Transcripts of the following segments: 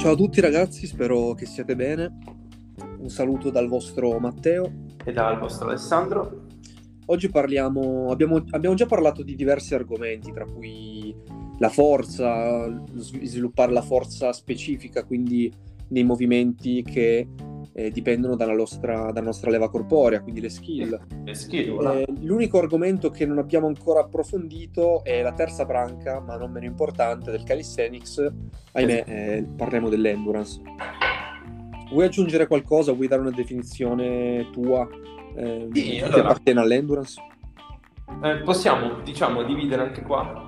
Ciao a tutti ragazzi, spero che siate bene. Un saluto dal vostro Matteo. E dal vostro Alessandro. Oggi abbiamo già parlato di diversi argomenti, tra cui la forza, sviluppare la forza specifica, quindi nei movimenti che dipendono dalla nostra leva corporea, quindi le skill. Voilà. L'unico argomento che non abbiamo ancora approfondito è la terza branca, ma non meno importante, del calisthenics. Ahimè, parliamo dell'endurance. Vuoi aggiungere qualcosa? Vuoi dare una definizione tua Sì, che allora, appartiene all'endurance? possiamo, dividere anche qua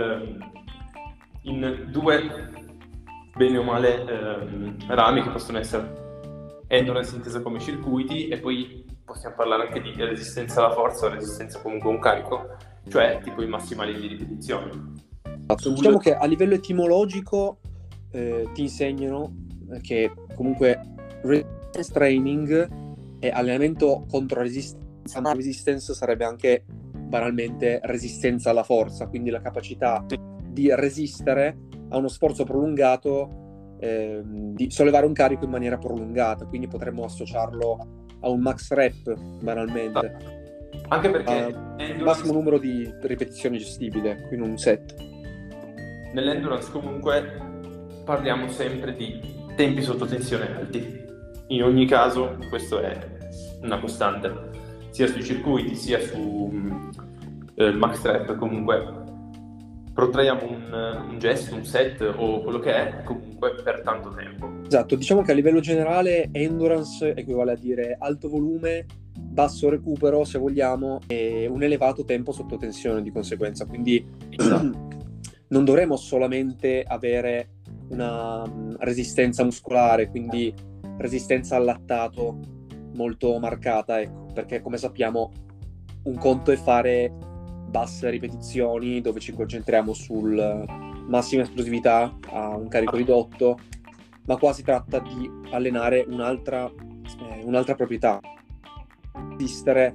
in due, bene o male, rami che possono essere endurance intesa come circuiti, e poi possiamo parlare anche di resistenza alla forza o resistenza comunque a un carico, cioè tipo i massimali di ripetizioni. Diciamo che a livello etimologico ti insegnano che comunque resistance training è allenamento contro resistenza, ma resistance sarebbe anche banalmente resistenza alla forza, quindi la capacità di resistere a uno sforzo prolungato, di sollevare un carico in maniera prolungata, quindi potremmo associarlo a un max rep banalmente, Anche perché massimo numero di ripetizioni gestibile in un set. Nell'endurance comunque parliamo sempre di tempi sotto tensione alti. In ogni caso questo è una costante, sia sui circuiti sia su max rep. Comunque protraiamo un gesto, un set o quello che è, comunque per tanto tempo. Esatto, diciamo che a livello generale endurance equivale a dire alto volume, basso recupero, se vogliamo, e un elevato tempo sotto tensione di conseguenza. Quindi non dovremo solamente avere una resistenza muscolare, quindi resistenza al lattato molto marcata, ecco, perché come sappiamo un conto è fare basse ripetizioni dove ci concentriamo sul massima esplosività a un carico ridotto, ma qua si tratta di allenare un'altra proprietà, resistere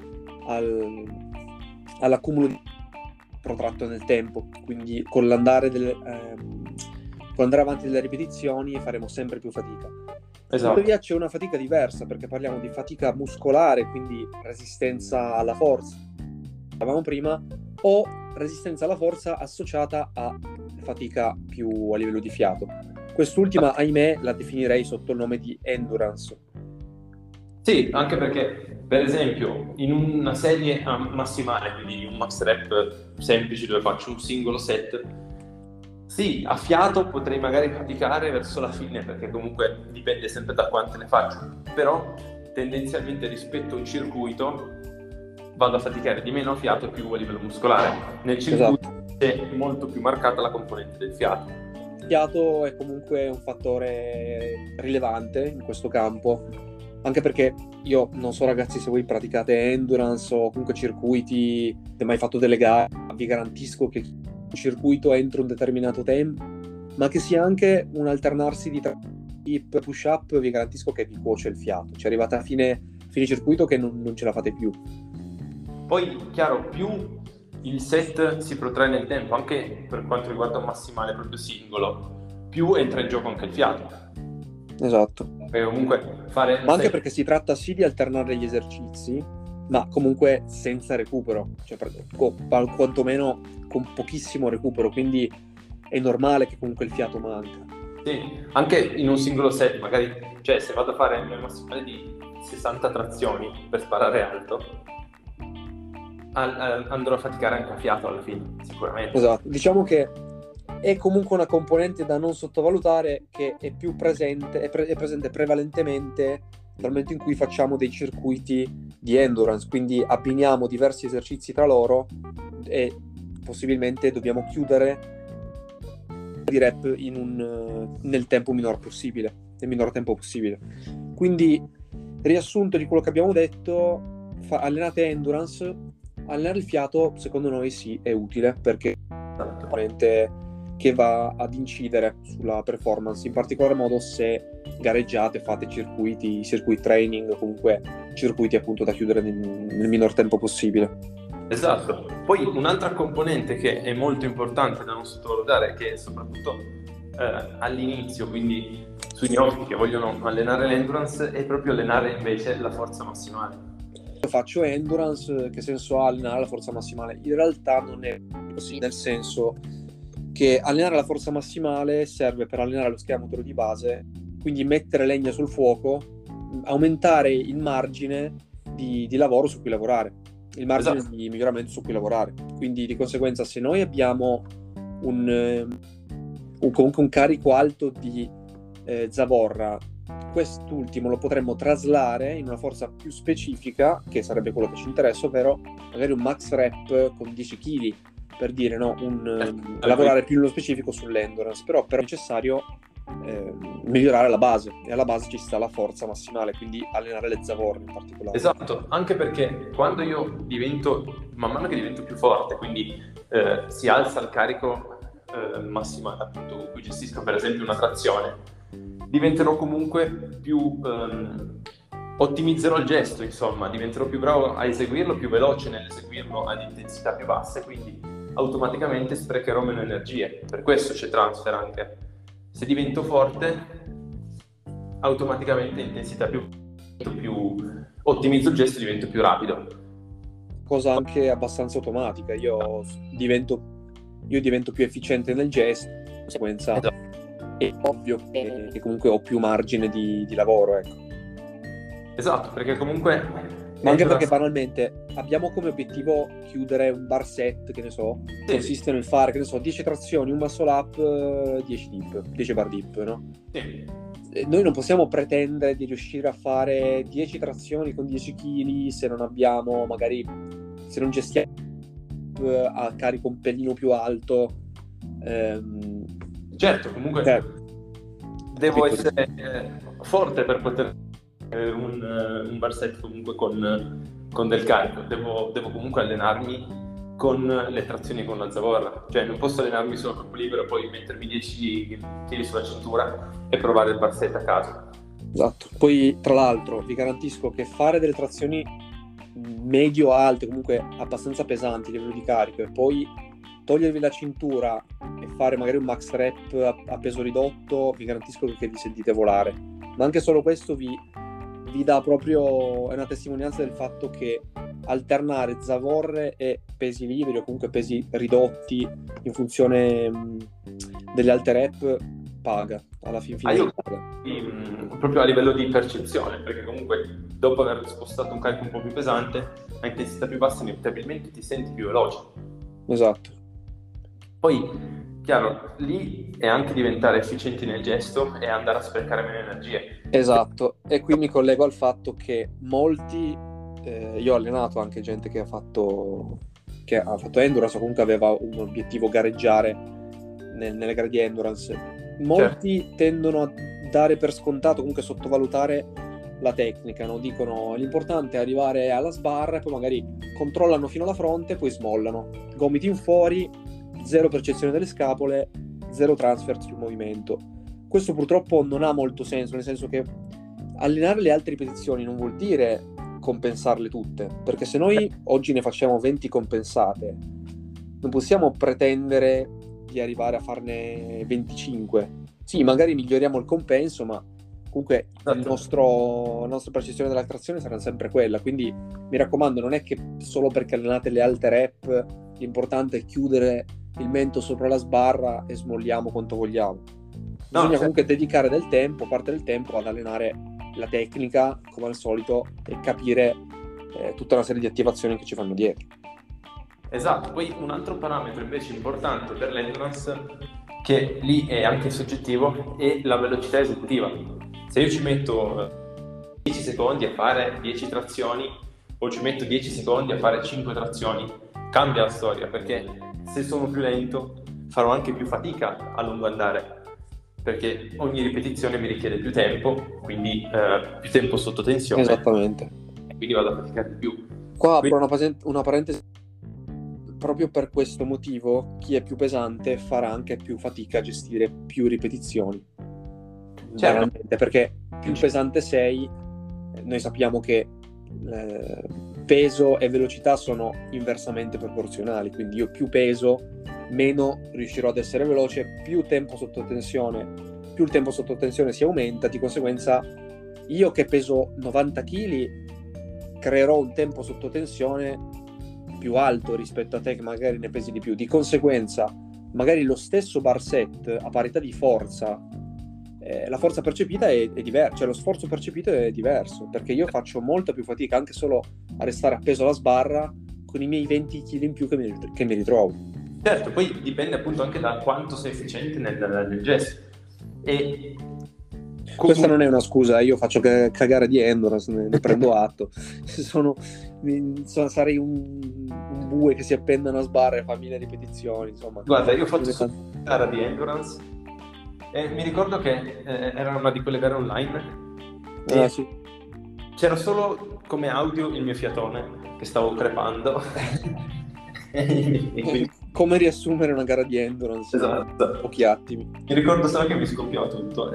all'accumulo di protratto nel tempo, quindi con l'andare avanti delle ripetizioni faremo sempre più fatica. Esatto. Tuttavia c'è una fatica diversa, perché parliamo di fatica muscolare, quindi resistenza alla forza, parlavamo prima, o resistenza alla forza associata a fatica più a livello di fiato. Quest'ultima, ahimè, la definirei sotto il nome di endurance. Sì, anche perché, per esempio, in una serie massimale, quindi un max rep semplice dove faccio un singolo set, sì, a fiato potrei magari faticare verso la fine, perché comunque dipende sempre da quante ne faccio, però tendenzialmente rispetto a un circuito vado a faticare di meno a fiato e più a livello muscolare. Nel circuito è molto più marcata la componente del fiato. Il fiato è comunque un fattore rilevante in questo campo, anche perché io non so ragazzi se voi praticate endurance o comunque circuiti, se mai fatto delle gare, vi garantisco che un circuito entro un determinato tempo, ma che sia anche un alternarsi di hip push up, vi garantisco che vi cuoce il fiato, cioè arrivate a fine circuito che non ce la fate più. Poi chiaro, più il set si protrae nel tempo, anche per quanto riguarda un massimale proprio singolo, più entra in gioco anche il fiato. Esatto. Perché comunque fare... Ma anche perché si tratta sì di alternare gli esercizi, ma comunque senza recupero, cioè quantomeno con pochissimo recupero, quindi è normale che comunque il fiato manca. Sì, anche in un singolo set, magari, cioè se vado a fare il massimale di 60 trazioni per sparare alto, andrò a faticare anche a fiato alla fine, sicuramente. Esatto, diciamo che è comunque una componente da non sottovalutare, che è più presente, è presente prevalentemente dal momento in cui facciamo dei circuiti di endurance, quindi abbiniamo diversi esercizi tra loro e possibilmente dobbiamo chiudere di rep nel tempo minor possibile, nel minor tempo possibile. Quindi, riassunto di quello che abbiamo detto, allenate endurance, allenare il fiato secondo noi sì è utile, perché è una componente che va ad incidere sulla performance, in particolar modo se gareggiate, fate circuit training, comunque circuiti appunto da chiudere nel minor tempo possibile. Esatto. Poi un'altra componente che è molto importante da non sottovalutare, che soprattutto all'inizio, quindi sui neofiti che vogliono allenare l'endurance, è proprio allenare invece la forza massimale. Io faccio endurance, che senso ha allenare la forza massimale? In realtà non è così, nel senso che allenare la forza massimale serve per allenare lo schema motorio di base, quindi mettere legna sul fuoco, aumentare il margine di lavoro su cui lavorare, il margine Esatto. di miglioramento su cui lavorare. Quindi di conseguenza, se noi abbiamo comunque un carico alto di zavorra, quest'ultimo lo potremmo traslare in una forza più specifica, che sarebbe quello che ci interessa, ovvero magari un max rep con 10 kg, per dire, no? Lavorare più nello specifico sull'endurance, però è necessario migliorare la base, e alla base ci sta la forza massimale, quindi allenare le zavorre in particolare. Esatto, anche perché quando io man mano che divento più forte, quindi si alza il carico massimale, appunto, con cui gestisco per esempio una trazione, diventerò comunque più ottimizzerò il gesto, insomma, diventerò più bravo a eseguirlo, più veloce nell'eseguirlo ad intensità più basse, quindi automaticamente sprecherò meno energie. Per questo c'è transfer anche. Se divento forte, automaticamente intensità più ottimizzo il gesto, divento più rapido. Cosa anche abbastanza automatica. Io divento più efficiente nel gesto, di conseguenza è ovvio che comunque ho più margine di lavoro, ecco. Esatto, perché comunque ma anche perché banalmente abbiamo come obiettivo chiudere un bar set, che ne so, sì, consiste nel fare, che ne so, 10 trazioni, un muscle up, 10 dip, 10 bar dip, no? sì. Noi non possiamo pretendere di riuscire a fare 10 trazioni con 10 kg se non abbiamo, magari, se non gestiamo a carico un pelino più alto. Certo, comunque devo essere forte per poter un bar set comunque con del carico. Devo comunque allenarmi con le trazioni con la zavorra, cioè non posso allenarmi solo a corpo libero e poi mettermi 10 kg sulla cintura e provare il bar set a caso. Esatto. Poi tra l'altro vi garantisco che fare delle trazioni medio alte, comunque abbastanza pesanti a livello di carico, e poi togliervi la cintura e fare magari un max rep a peso ridotto, vi garantisco che vi sentite volare. Ma anche solo questo vi dà proprio, è una testimonianza del fatto che alternare zavorre e pesi liberi o comunque pesi ridotti in funzione delle alte rep paga, alla fine paga. Proprio a livello di percezione, perché comunque dopo aver spostato un carico un po' più pesante a intensità più bassa inevitabilmente ti senti più veloce. Esatto. Poi chiaro, lì è anche diventare efficienti nel gesto e andare a sprecare meno energie. Esatto, e qui mi collego al fatto che molti, io ho allenato anche gente che ha fatto endurance o comunque aveva un obiettivo gareggiare nelle gare di endurance. Molti tendono a dare per scontato, comunque sottovalutare la tecnica, no? Dicono l'importante è arrivare alla sbarra e poi magari controllano fino alla fronte e poi smollano, gomiti in fuori, zero percezione delle scapole, zero transfer sul movimento. Questo purtroppo non ha molto senso, nel senso che allenare le altre ripetizioni non vuol dire compensarle tutte, perché se noi oggi ne facciamo 20 compensate, non possiamo pretendere di arrivare a farne 25. Sì, magari miglioriamo il compenso, ma comunque la nostra percezione della trazione sarà sempre quella. Quindi mi raccomando, non è che solo perché allenate le alte rep l'importante è chiudere il mento sopra la sbarra e smolliamo quanto vogliamo. Bisogna comunque dedicare del tempo, parte del tempo, ad allenare la tecnica come al solito e capire tutta una serie di attivazioni che ci fanno dietro. Esatto, poi un altro parametro invece importante per l'endurance, che lì è anche soggettivo, è la velocità esecutiva. Se io ci metto 10 secondi a fare 10 trazioni o ci metto 10 secondi a fare 5 trazioni, cambia la storia, perché se sono più lento farò anche più fatica a lungo andare, perché ogni ripetizione mi richiede più tempo, quindi più tempo sotto tensione. Esattamente. Quindi vado a faticare di più. Qua apro una parentesi. Proprio per questo motivo chi è più pesante farà anche più fatica a gestire più ripetizioni. Certo. Perché più pesante sei, noi sappiamo che peso e velocità sono inversamente proporzionali, quindi io più peso meno riuscirò ad essere veloce, più il tempo sotto tensione si aumenta, di conseguenza io che peso 90 kg creerò un tempo sotto tensione più alto rispetto a te che magari ne pesi di più. Di conseguenza, magari lo stesso bar set a parità di forza, la forza percepita è diversa, cioè lo sforzo percepito è diverso, perché io faccio molta più fatica anche solo a restare appeso alla sbarra con i miei 20 kg in più che mi ritrovo. Certo, poi dipende appunto anche da quanto sei efficiente nel gesto. E questa non è una scusa, io faccio cagare di endurance, ne prendo atto. Sarei un bue che si appende a una sbarra e fa 1000 ripetizioni, insomma. Guarda, io ho fatto una gara di endurance e mi ricordo che era una di quelle gare online e sì. c'era solo come audio il mio fiatone che stavo crepando. E quindi... Come riassumere una gara di endurance? Esatto. In pochi attimi. Mi ricordo solo che mi scoppiò tutto.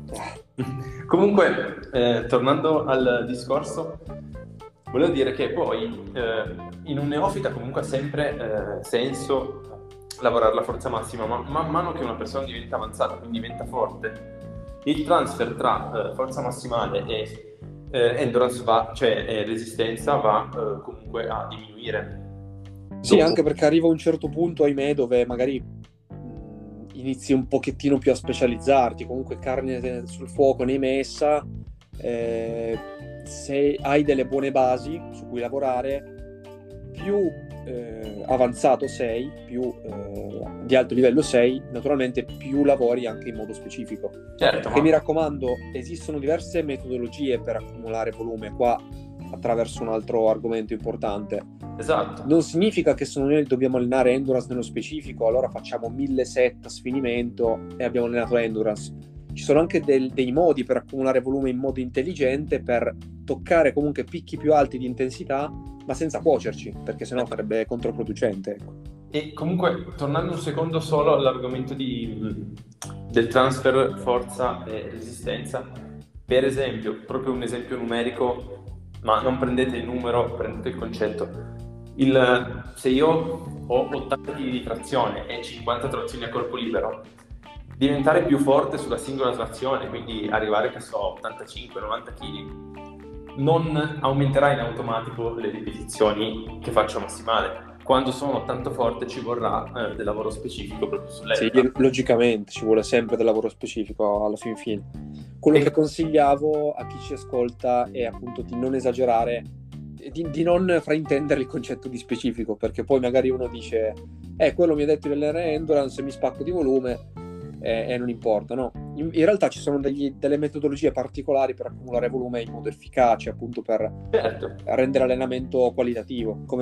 Comunque, tornando al discorso, volevo dire che poi in un neofita comunque ha sempre senso lavorare la forza massima, ma man mano che una persona diventa avanzata, quindi diventa forte, il transfer tra forza massimale e endurance resistenza va comunque a diminuire. Sì, anche perché arriva a un certo punto, ahimè, dove magari inizi un pochettino più a specializzarti, comunque carne sul fuoco ne hai messa, se hai delle buone basi su cui lavorare, più avanzato sei, più di alto livello sei, naturalmente più lavori anche in modo specifico. Certo, che mi raccomando, esistono diverse metodologie per accumulare volume, qua attraverso un altro argomento importante. Esatto. Non significa che se noi dobbiamo allenare endurance nello specifico, allora facciamo 1000 set a sfinimento e abbiamo allenato endurance. Ci sono anche dei modi per accumulare volume in modo intelligente, per toccare comunque picchi più alti di intensità, ma senza cuocerci, perché sennò sarebbe controproducente. Ecco. E comunque, tornando un secondo solo all'argomento del transfer forza e resistenza, per esempio, proprio un esempio numerico, ma non prendete il numero, prendete il concetto. Se io ho 80 kg di trazione e 50 trazioni a corpo libero, diventare più forte sulla singola trazione, quindi arrivare che so 85-90 kg, non aumenterà in automatico le ripetizioni che faccio massimale. Quando sono tanto forte ci vorrà del lavoro specifico proprio sull'elta. Sì, logicamente ci vuole sempre del lavoro specifico alla fin fine. Quello che consigliavo a chi ci ascolta è appunto di non esagerare, di non fraintendere il concetto di specifico, perché poi magari uno dice quello mi ha detto di allenare endurance e mi spacco di volume e non importa, no? In realtà ci sono delle metodologie particolari per accumulare volume in modo efficace, appunto per rendere l'allenamento qualitativo, come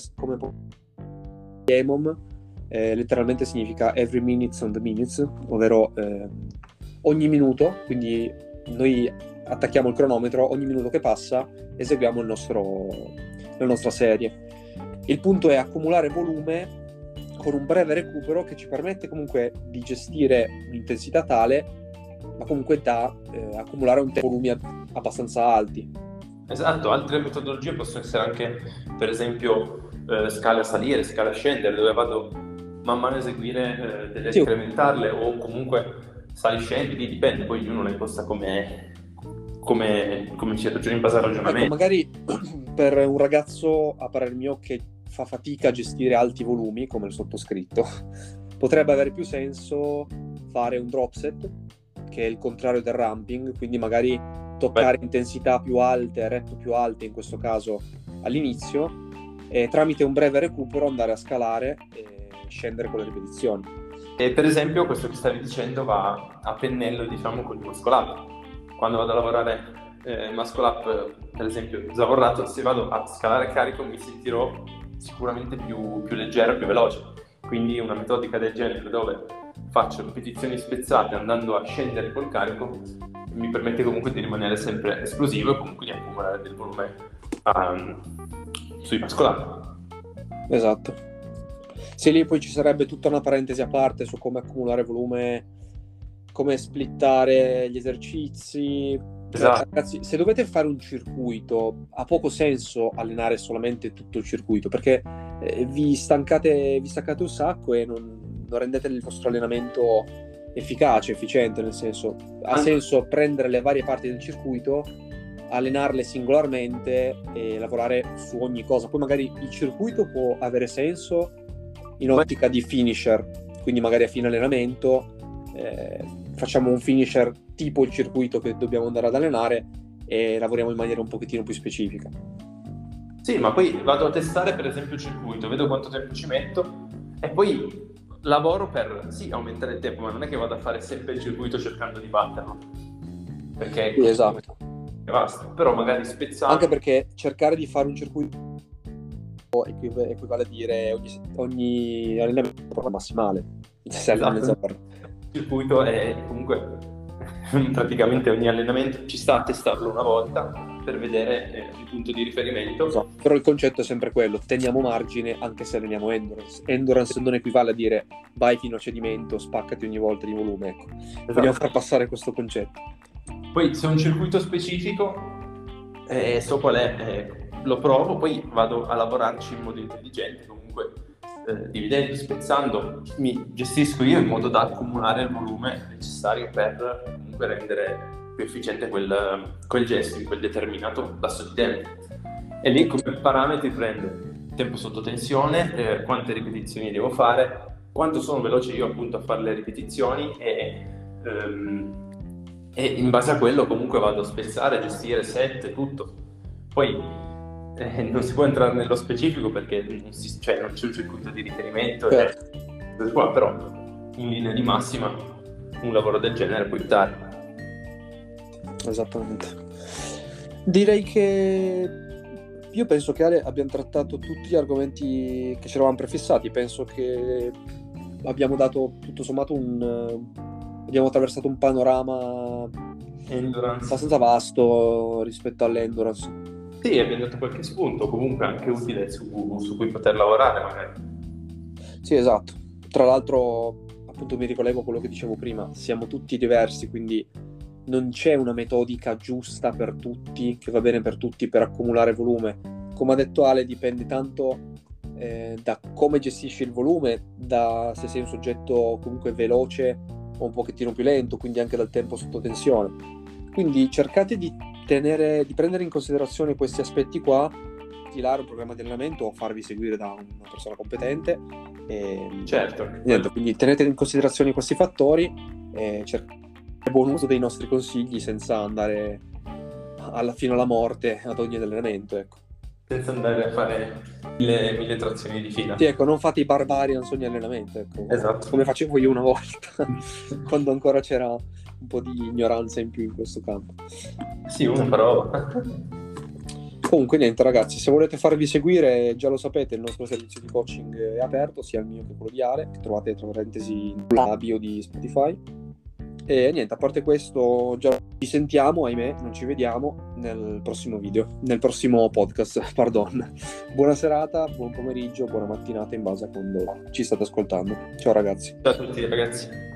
EMOM, letteralmente significa every minute on the minutes, ovvero ogni minuto, quindi noi attacchiamo il cronometro, ogni minuto che passa eseguiamo la nostra serie. Il punto è accumulare volume con un breve recupero che ci permette comunque di gestire un'intensità tale, ma comunque da accumulare volumi abbastanza alti. Esatto, altre metodologie possono essere anche, per esempio, scale a salire, scale a scendere, dove vado man mano a eseguire delle incrementarle, o comunque sali-scendi, dipende, poi ognuno la imposta come ci ragiona in base al ragionamento. Ecco, magari per un ragazzo, a parer mio, che fa fatica a gestire alti volumi, come il sottoscritto, potrebbe avere più senso fare un drop set, che è il contrario del ramping, quindi magari toccare intensità più alte, rep più alte in questo caso all'inizio, e tramite un breve recupero andare a scalare e scendere con le ripetizioni. E per esempio questo che stavi dicendo va a pennello, diciamo, con il muscle up. Quando vado a lavorare muscle up, per esempio zavorrato, se vado a scalare carico mi sentirò sicuramente più leggero, più veloce. Quindi una metodica del genere, dove faccio ripetizioni spezzate andando a scendere col carico, mi permette comunque di rimanere sempre esplosivo e comunque di accumulare del volume sui muscle up. Esatto. Se lì poi ci sarebbe tutta una parentesi a parte su come accumulare volume, come splittare gli esercizi, Cioè, Esatto. ragazzi, se dovete fare un circuito, ha poco senso allenare solamente tutto il circuito, perché vi stancate un sacco e non rendete il vostro allenamento efficace, efficiente, nel senso, ha senso prendere le varie parti del circuito, allenarle singolarmente e lavorare su ogni cosa. Poi magari il circuito può avere senso in ottica di finisher, quindi magari a fine allenamento facciamo un finisher tipo il circuito che dobbiamo andare ad allenare e lavoriamo in maniera un pochettino più specifica. Sì, ma poi vado a testare per esempio il circuito, vedo quanto tempo ci metto e poi lavoro per, sì, aumentare il tempo, ma non è che vado a fare sempre il circuito cercando di batterlo, perché Sì, esatto. basta. Però magari spezzando. Anche perché cercare di fare un circuito equivale a dire ogni allenamento massimale. Esatto. Il circuito è comunque praticamente ogni allenamento ci sta a testarlo una volta per vedere il punto di riferimento. Esatto. Però il concetto è sempre quello, teniamo margine anche se alleniamo endurance. Endurance non equivale a dire vai fino a cedimento, spaccati ogni volta di volume, ecco. Esatto. Vogliamo far passare questo concetto. Poi se è un circuito specifico so qual è, lo provo, poi vado a lavorarci in modo intelligente, comunque dividendo, spezzando, mi gestisco io in modo da accumulare il volume necessario per comunque rendere più efficiente quel gesto in quel determinato lasso di tempo. E lì come parametri prendo tempo sotto tensione, quante ripetizioni devo fare, quanto sono veloce io appunto a fare le ripetizioni e in base a quello comunque vado a spezzare, gestire set, tutto. Poi non si può entrare nello specifico perché non c'è un circuito di riferimento, però in linea di massima un lavoro del genere può aiutare. Esattamente. Direi che io penso che Ale abbiamo trattato tutti gli argomenti che ci eravamo prefissati. Penso che abbiamo dato tutto sommato abbiamo attraversato un panorama Endurance abbastanza vasto rispetto all'endurance. Sì, abbiamo dato qualche spunto, comunque anche utile su cui poter lavorare magari. Sì, esatto. Tra l'altro, appunto mi ricollego a quello che dicevo prima, siamo tutti diversi, quindi non c'è una metodica giusta per tutti, che va bene per tutti per accumulare volume. Come ha detto Ale, dipende tanto da come gestisci il volume, da se sei un soggetto comunque veloce o un pochettino più lento, quindi anche dal tempo sotto tensione. Quindi cercate di prendere in considerazione questi aspetti qua, stilare un programma di allenamento o farvi seguire da una persona competente. Certo. Niente, quindi tenete in considerazione questi fattori e cercate buon uso dei nostri consigli senza andare fino alla morte ad ogni allenamento, ecco. Senza andare a fare mille trazioni di fila. Sì, ecco, non fate i barbarians ogni allenamento, ecco. Esatto. Come facevo io una volta, quando ancora c'era un po' di ignoranza in più in questo campo. Sì, una parola. Comunque niente ragazzi, se volete farvi seguire, già lo sapete, il nostro servizio di coaching è aperto, sia il mio che quello di Ale, che trovate tra parentesi nella bio di Spotify. E niente, a parte questo, già ci sentiamo, ahimè, non ci vediamo nel prossimo video, nel prossimo podcast, pardon. Buona serata, buon pomeriggio, buona mattinata in base a quando ci state ascoltando. Ciao ragazzi. Ciao a tutti ragazzi.